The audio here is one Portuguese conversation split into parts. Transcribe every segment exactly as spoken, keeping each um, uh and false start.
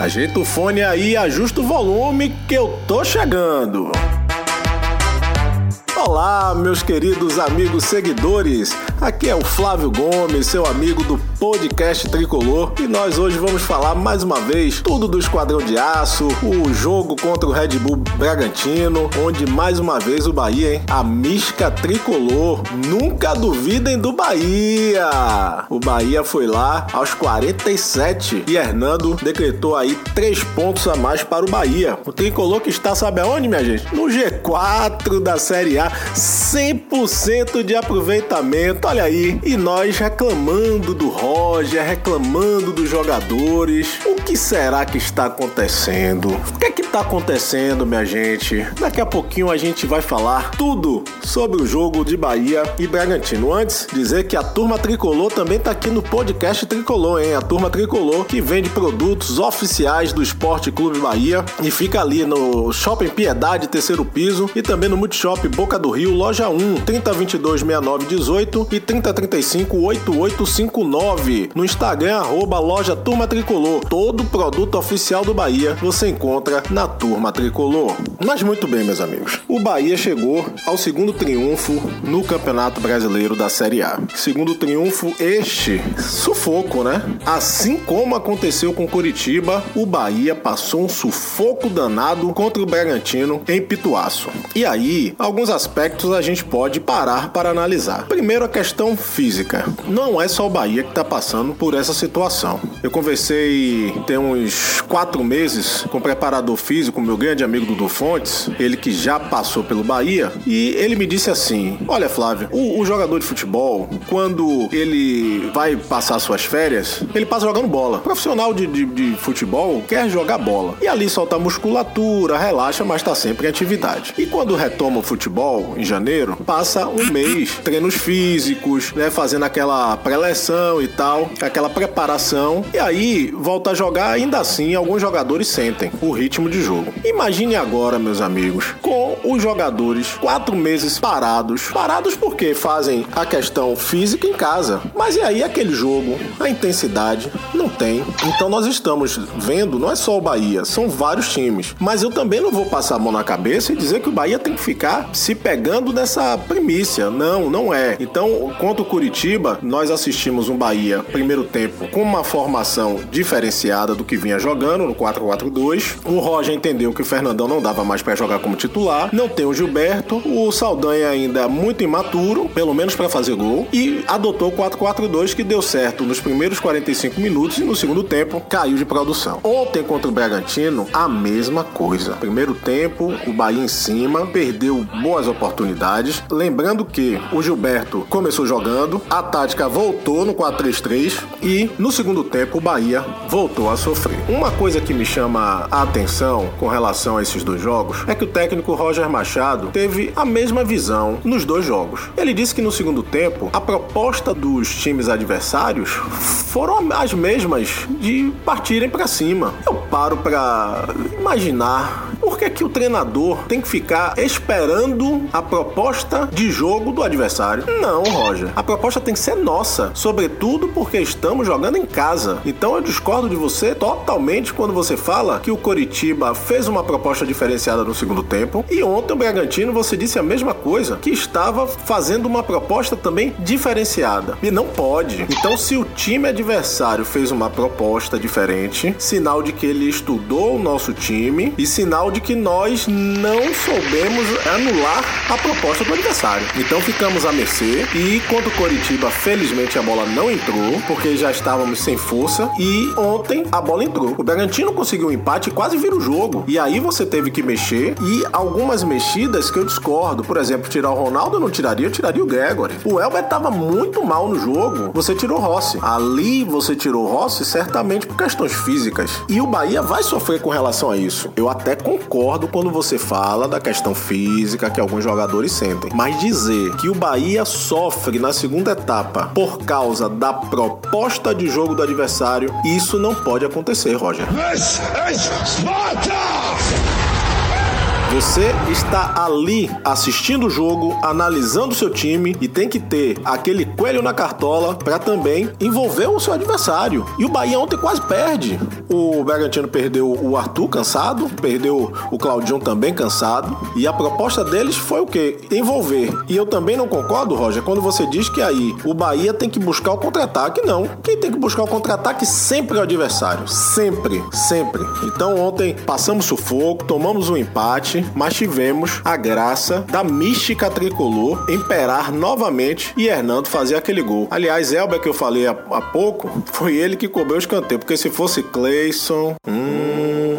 Ajeita o fone aí e ajusta o volume que eu tô chegando. Olá, meus queridos amigos seguidores, aqui é o Flávio Gomes, seu amigo do Podcast Tricolor, e nós hoje vamos falar mais uma vez tudo do Esquadrão de Aço, o jogo contra o Red Bull Bragantino, onde mais uma vez o Bahia, hein? A mística tricolor, nunca duvidem do Bahia! O Bahia foi lá aos quarenta e sete e Hernando decretou aí três pontos a mais para o Bahia. O tricolor que está, sabe aonde, minha gente? No G quatro da Série A. cem por cento de aproveitamento, olha aí. E nós reclamando do Roger, reclamando dos jogadores. O que será que está acontecendo? O que é que está acontecendo, minha gente? Daqui a pouquinho a gente vai falar tudo sobre o jogo de Bahia e Bragantino. Antes, dizer que a Turma Tricolor também está aqui no Podcast Tricolor, hein? A Turma Tricolor que vende produtos oficiais do Esporte Clube Bahia e fica ali no Shopping Piedade, terceiro piso, e também no Multishop Boca do Rio, loja um, trinta, vinte e dois, sessenta e nove, dezoito e trinta, trinta e cinco, oitenta e oito cinquenta e nove. No Instagram, arroba loja Turma Tricolor. Todo produto oficial do Bahia você encontra na Turma Tricolor. Mas muito bem, meus amigos. O Bahia chegou ao segundo triunfo no Campeonato Brasileiro da Série A. Segundo triunfo este, sufoco, né? Assim como aconteceu com Curitiba, o Bahia passou um sufoco danado contra o Bragantino em Pituaço. E aí, alguns aspectos a gente pode parar para analisar. Primeiro, a questão física. Não é só o Bahia que está passando por essa situação. Eu conversei tem uns quatro meses com o preparador físico, meu grande amigo Dudu Fontes, ele que já passou pelo Bahia, e ele me disse assim: olha, Flávio, o, o jogador de futebol, quando ele vai passar suas férias, ele passa jogando bola. O profissional de, de, de futebol quer jogar bola. E ali solta musculatura, relaxa, mas está sempre em atividade. E quando retoma o futebol, em janeiro, passa um mês, treinos físicos, né, fazendo aquela pré-eleção e tal, aquela preparação, e aí volta a jogar. Ainda assim, alguns jogadores sentem o ritmo de jogo. Imagine agora, meus amigos, com os jogadores quatro meses parados, parados porque fazem a questão física em casa, mas e aí aquele jogo, a intensidade, não tem. Então nós estamos vendo, não é só o Bahia, são vários times, mas eu também não vou passar a mão na cabeça e dizer que o Bahia tem que ficar se pegando nessa primícia. Não, não é. Então, contra o Curitiba, nós assistimos um Bahia, primeiro tempo, com uma formação diferenciada do que vinha jogando no quatro quatro dois. O Roger entendeu que o Fernandão não dava mais para jogar como titular. Não tem o Gilberto. O Saldanha ainda muito imaturo, pelo menos para fazer gol. E adotou o quatro quatro dois, que deu certo nos primeiros quarenta e cinco minutos e no segundo tempo caiu de produção. Ontem contra o Bragantino, a mesma coisa. Primeiro tempo, o Bahia em cima, perdeu boas oportunidades. Lembrando que o Gilberto começou jogando, a tática voltou no quatro três três e no segundo tempo o Bahia voltou a sofrer. Uma coisa que me chama a atenção com relação a esses dois jogos é que o técnico Roger Machado teve a mesma visão nos dois jogos. Ele disse que no segundo tempo a proposta dos times adversários foram as mesmas de partirem para cima. Eu paro para imaginar por que que o treinador tem que ficar esperando a proposta de jogo do adversário. Não, Roger. A proposta tem que ser nossa, sobretudo porque estamos jogando em casa. Então eu discordo de você totalmente quando você fala que o Coritiba fez uma proposta diferenciada no segundo tempo e ontem o Bragantino você disse a mesma coisa, que estava fazendo uma proposta também diferenciada. E não pode. Então se o time adversário fez uma proposta diferente, sinal de que ele estudou o nosso time e sinal de que nós não soubemos anular a proposta do adversário. Então ficamos à mercê e contra o Coritiba, felizmente a bola não entrou, porque já estávamos sem força e ontem a bola entrou. O Bragantino conseguiu um empate e quase vira o jogo. E aí você teve que mexer e algumas mexidas que eu discordo. Por exemplo, tirar o Ronaldo eu não tiraria, eu tiraria o Gregory. O Elber estava muito mal no jogo, você tirou o Rossi. Ali você tirou o Rossi certamente por questões físicas. E o Bahia vai sofrer com relação a isso. Eu até concordo quando você fala da questão física que alguns jogadores sentem. Mas dizer que o Bahia sofre na segunda etapa por causa da proposta de jogo do adversário, isso não pode acontecer, Roger. This is Sparta! Você está ali assistindo o jogo, analisando o seu time e tem que ter aquele coelho na cartola para também envolver o seu adversário. E o Bahia ontem quase perde. O Bragantino perdeu o Arthur cansado, perdeu o Claudinho também cansado, e a proposta deles foi o quê? Envolver. E eu também não concordo, Roger, quando você diz que aí o Bahia tem que buscar o contra-ataque. Não. Quem tem que buscar o contra-ataque sempre é o adversário. Sempre, sempre. Então ontem passamos sufoco, tomamos um empate, mas tivemos a graça da mística tricolor imperar novamente e Hernando fazer aquele gol. Aliás, Elber, que eu falei há, há pouco, foi ele que cobrou o escanteio, porque se fosse Cleison... Hum...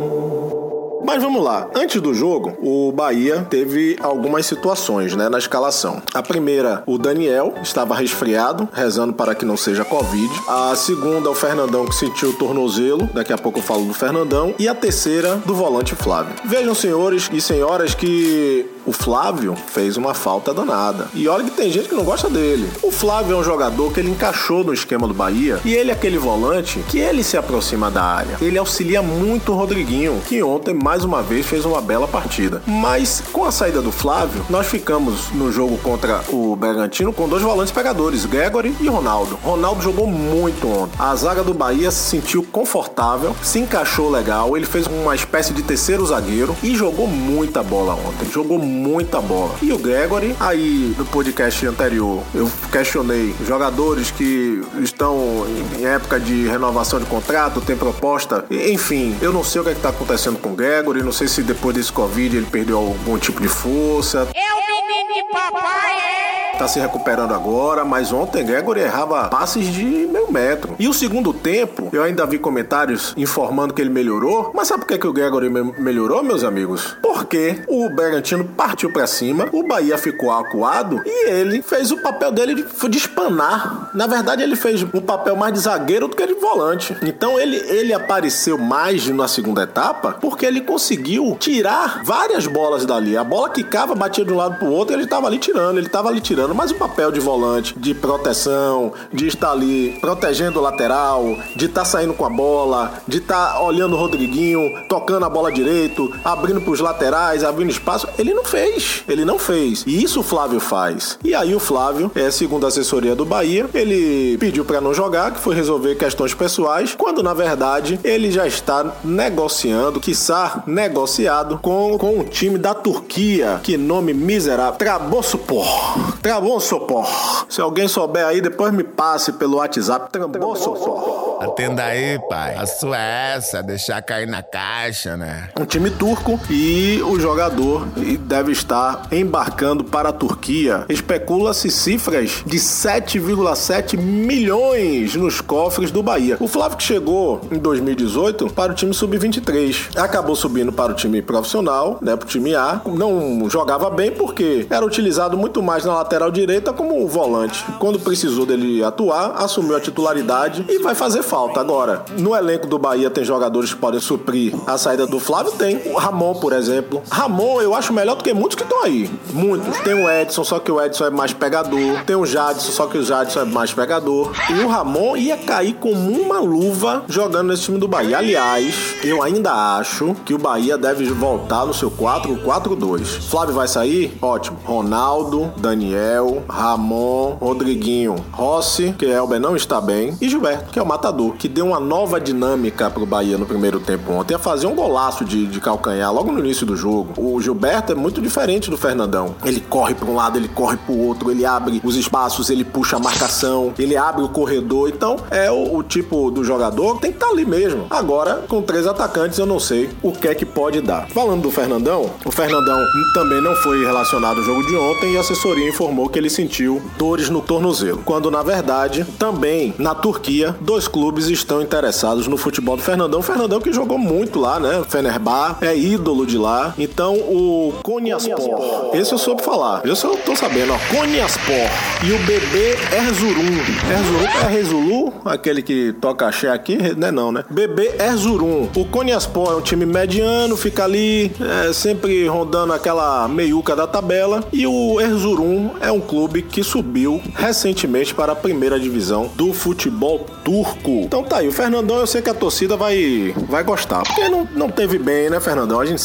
Mas vamos lá, antes do jogo, o Bahia teve algumas situações, né, na escalação. A primeira, o Daniel estava resfriado, rezando para que não seja Covid. A segunda, o Fernandão, que sentiu o tornozelo, daqui a pouco eu falo do Fernandão. E a terceira, do volante Flávio. Vejam, senhores e senhoras, que o Flávio fez uma falta danada. E olha que tem gente que não gosta dele. O Flávio é um jogador que ele encaixou no esquema do Bahia, e ele é aquele volante que ele se aproxima da área. Ele auxilia muito o Rodriguinho, que ontem, mais uma vez, fez uma bela partida. Mas com a saída do Flávio, nós ficamos no jogo contra o Bragantino com dois volantes pegadores, Gregory e Ronaldo. Ronaldo jogou muito ontem. A zaga do Bahia se sentiu confortável, se encaixou legal, ele fez uma espécie de terceiro zagueiro e jogou muita bola ontem. Jogou muita bola. E o Gregory, aí no podcast anterior, eu questionei jogadores que estão em época de renovação de contrato, tem proposta, enfim, eu não sei o que é está acontecendo com o Gregory. Não sei se depois desse Covid ele perdeu algum tipo de força. É o menino de papai, é? Tá se recuperando agora, mas ontem Gregory errava passes de meio metro. E o segundo tempo, eu ainda vi comentários informando que ele melhorou. Mas sabe por que, que o Gregory me- melhorou, meus amigos? Porque o Bragantino partiu pra cima, o Bahia ficou acuado e ele fez o papel dele de, de espanar. Na verdade, ele fez um papel mais de zagueiro do que de volante. Então ele, ele apareceu mais na segunda etapa porque ele conseguiu tirar várias bolas dali. A bola quicava, batia de um lado pro outro e ele tava ali tirando, ele tava ali tirando. Mas o papel de volante, de proteção, de estar ali protegendo o lateral, de estar saindo com a bola, de estar olhando o Rodriguinho, tocando a bola direito, abrindo pros laterais, abrindo espaço, ele não fez. Ele não fez. E isso o Flávio faz. E aí o Flávio, é, segundo a assessoria do Bahia, ele pediu pra não jogar, que foi resolver questões pessoais, quando na verdade ele já está negociando, quiçá negociado, com, com o time da Turquia. Que nome miserável. Trabzonspor. Trabzonspor. Se alguém souber aí, depois me passe pelo WhatsApp. Trabzonspor. Atenda aí, pai. A sua é essa, deixar cair na caixa, né? Um time turco e o jogador deve estar embarcando para a Turquia. Especula-se cifras de sete vírgula sete milhões nos cofres do Bahia. O Flávio, que chegou em dois mil e dezoito para o time sub vinte e três, acabou subindo para o time profissional, né, para o time A. Não jogava bem porque era utilizado muito mais na lateral direita como volante. Quando precisou dele atuar, assumiu a titularidade e vai fazer falta. Agora, no elenco do Bahia tem jogadores que podem suprir a saída do Flávio? Tem. O Ramon, por exemplo. Ramon eu acho melhor do que muitos que estão aí. Muitos. Tem o Edson, só que o Edson é mais pegador. Tem o Jadson, só que o Jadson é mais pegador. E o Ramon ia cair como uma luva jogando nesse time do Bahia. Aliás, eu ainda acho que o Bahia deve voltar no seu quatro quatro dois. Flávio vai sair? Ótimo. Ronaldo, Daniel, Ramon, Rodriguinho, Rossi, que Elber não está bem, e Gilberto, que é o matador, que deu uma nova dinâmica pro Bahia no primeiro tempo ontem. Ia fazer um golaço de, de calcanhar logo no início do jogo. O Gilberto é muito diferente do Fernandão. Ele corre para um lado, ele corre pro outro, ele abre os espaços, ele puxa a marcação, ele abre o corredor. Então, é o, o tipo do jogador que tem que estar ali mesmo. Agora, com três atacantes, eu não sei o que é que pode dar. Falando do Fernandão, o Fernandão também não foi relacionado ao jogo de ontem e a assessoria informou que ele sentiu dores no tornozelo. Quando, na verdade, também na Turquia, dois clubes estão interessados no futebol do Fernandão. O Fernandão que jogou muito lá, né? Fenerbahçe, é ídolo de lá. Então, o Konyaspor, esse eu soube falar. Esse eu tô sabendo, ó. Konyaspor e o B B Erzurum. Erzurum é Rezulu, aquele que toca axé aqui, né? Não, né? B B Erzurum. O Konyaspor é um time mediano, fica ali, é, sempre rondando aquela meiuca da tabela. E o Erzurum é um clube que subiu recentemente para a primeira divisão do futebol turco. Então tá aí, o Fernandão, eu sei que a torcida vai, vai gostar. Porque não, não teve bem, né, Fernandão? A gente sabe,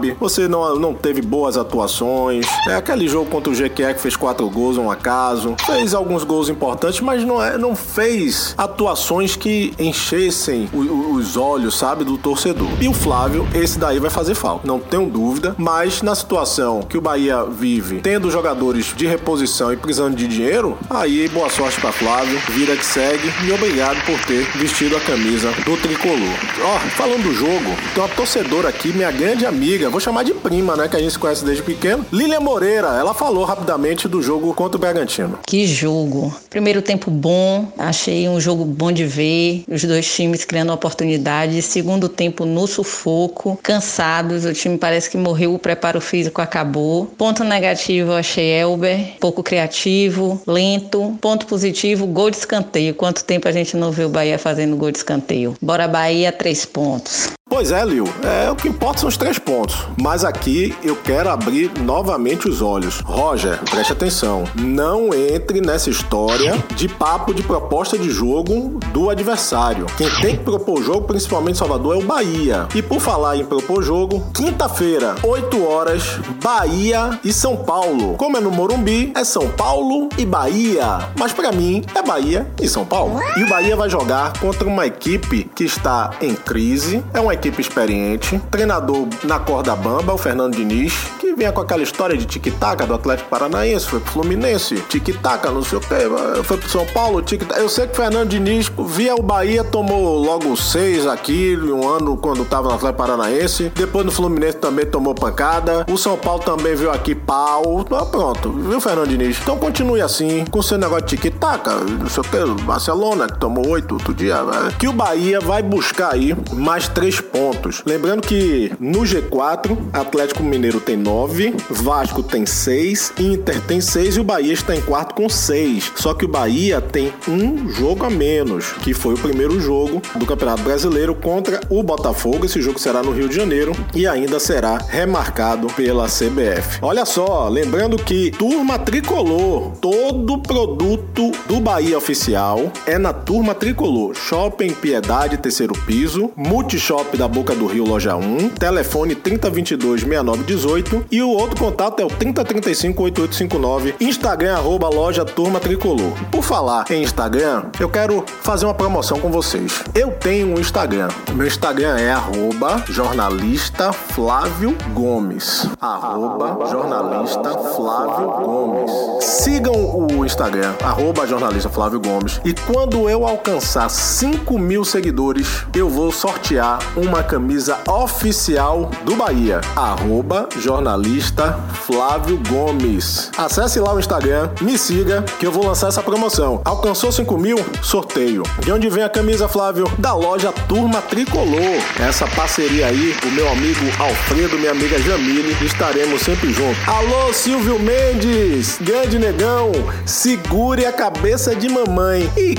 sabe? Você não, não teve boas atuações. É aquele jogo contra o G Q E que fez quatro gols, um acaso. Fez alguns gols importantes, mas não, é, não fez atuações que enchessem o, o, os olhos, sabe, do torcedor. E o Flávio, esse daí vai fazer falta, não tenho dúvida, mas na situação que o Bahia vive, tendo jogadores de reposição e precisando de dinheiro, aí boa sorte pra Flávio, vida que segue, e obrigado por ter vestido a camisa do tricolor. Ó, oh, falando do jogo, tem uma torcedora aqui, minha grande amiga, vou chamar de prima, né, que a gente se conhece desde pequeno, Lília Moreira, ela falou rapidamente do jogo contra o Bragantino. Que jogo! Primeiro tempo bom, achei um jogo bom de ver, os dois times criando oportunidades, segundo tempo no sufoco, cansados, o time parece que morreu, o preparo físico acabou. Ponto negativo, achei Elber, pouco criativo, lento. Ponto positivo, gol de escanteio. Quanto tempo a gente não viu o Bahia fazendo gol de escanteio? Bora Bahia, três pontos. Pois é, Lil, é, o que importa são os três pontos. Mas aqui eu quero abrir novamente os olhos. Roger, preste atenção. Não entre nessa história de papo de proposta de jogo do adversário. Quem tem que propor o jogo, principalmente em Salvador, é o Bahia. E por falar em propor jogo, quinta-feira, oito horas, Bahia e São Paulo. Como é no Morumbi, é São Paulo e Bahia. Mas pra mim, é Bahia e São Paulo. E o Bahia vai jogar contra uma equipe que está em crise. É uma equipe experiente, treinador na corda bamba, o Fernando Diniz, que vinha com aquela história de tic-tac do Atlético Paranaense, foi pro Fluminense, tic-tac, não sei o que, foi pro São Paulo, tic-tac. Eu sei que o Fernando Diniz via o Bahia, tomou logo seis aqui, um ano quando tava no Atlético Paranaense, depois no Fluminense também tomou pancada, o São Paulo também viu aqui pau, pronto, viu, Fernando Diniz? Então continue assim, com seu negócio de tic-tac, não sei o que, Barcelona, que tomou oito outro dia, que o Bahia vai buscar aí mais três pontos. Lembrando que no G quatro, Atlético Mineiro tem nove, Vasco tem seis, Inter tem seis e o Bahia está em quarto com seis. Só que o Bahia tem um jogo a menos, que foi o primeiro jogo do Campeonato Brasileiro contra o Botafogo. Esse jogo será no Rio de Janeiro e ainda será remarcado pela C B F. Olha só, lembrando que Turma Tricolor, todo produto do Bahia oficial é na Turma Tricolor. Shopping Piedade, terceiro piso, Multishop da Boca do Rio, loja um, telefone trinta, vinte e dois, sessenta e nove, dezoito e o outro contato é o trinta, trinta e cinco, oitenta e oito cinquenta e nove, Instagram, arroba loja Turma Tricolor. Por falar em Instagram, eu quero fazer uma promoção com vocês. Eu tenho um Instagram, meu Instagram é arroba jornalista Flávio Gomes, arroba jornalista Flávio Gomes. Sigam o Instagram, arroba jornalista Flávio Gomes, e quando eu alcançar cinco mil seguidores, eu vou sortear uma camisa oficial do Bahia, arroba jornalista Flávio Gomes. Acesse lá o Instagram, me siga, que eu vou lançar essa promoção. Alcançou cinco mil? Sorteio. De onde vem a camisa, Flávio? Da loja Turma Tricolor. Essa parceria aí, o meu amigo Alfredo, minha amiga Jamile, estaremos sempre juntos. Alô, Silvio Mendes, grande negão, segure a cabeça de mamãe. E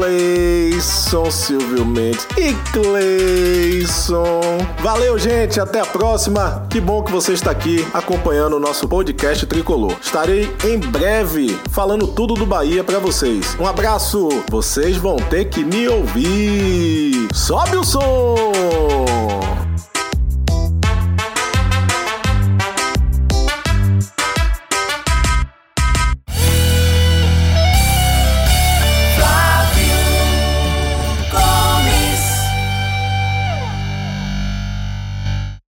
Cleison, Silvio Mendes, e Cleison. Valeu, gente, até a próxima. Que bom que você está aqui acompanhando o nosso podcast Tricolor. Estarei em breve falando tudo do Bahia para vocês. Um abraço. Vocês vão ter que me ouvir. Sobe o som!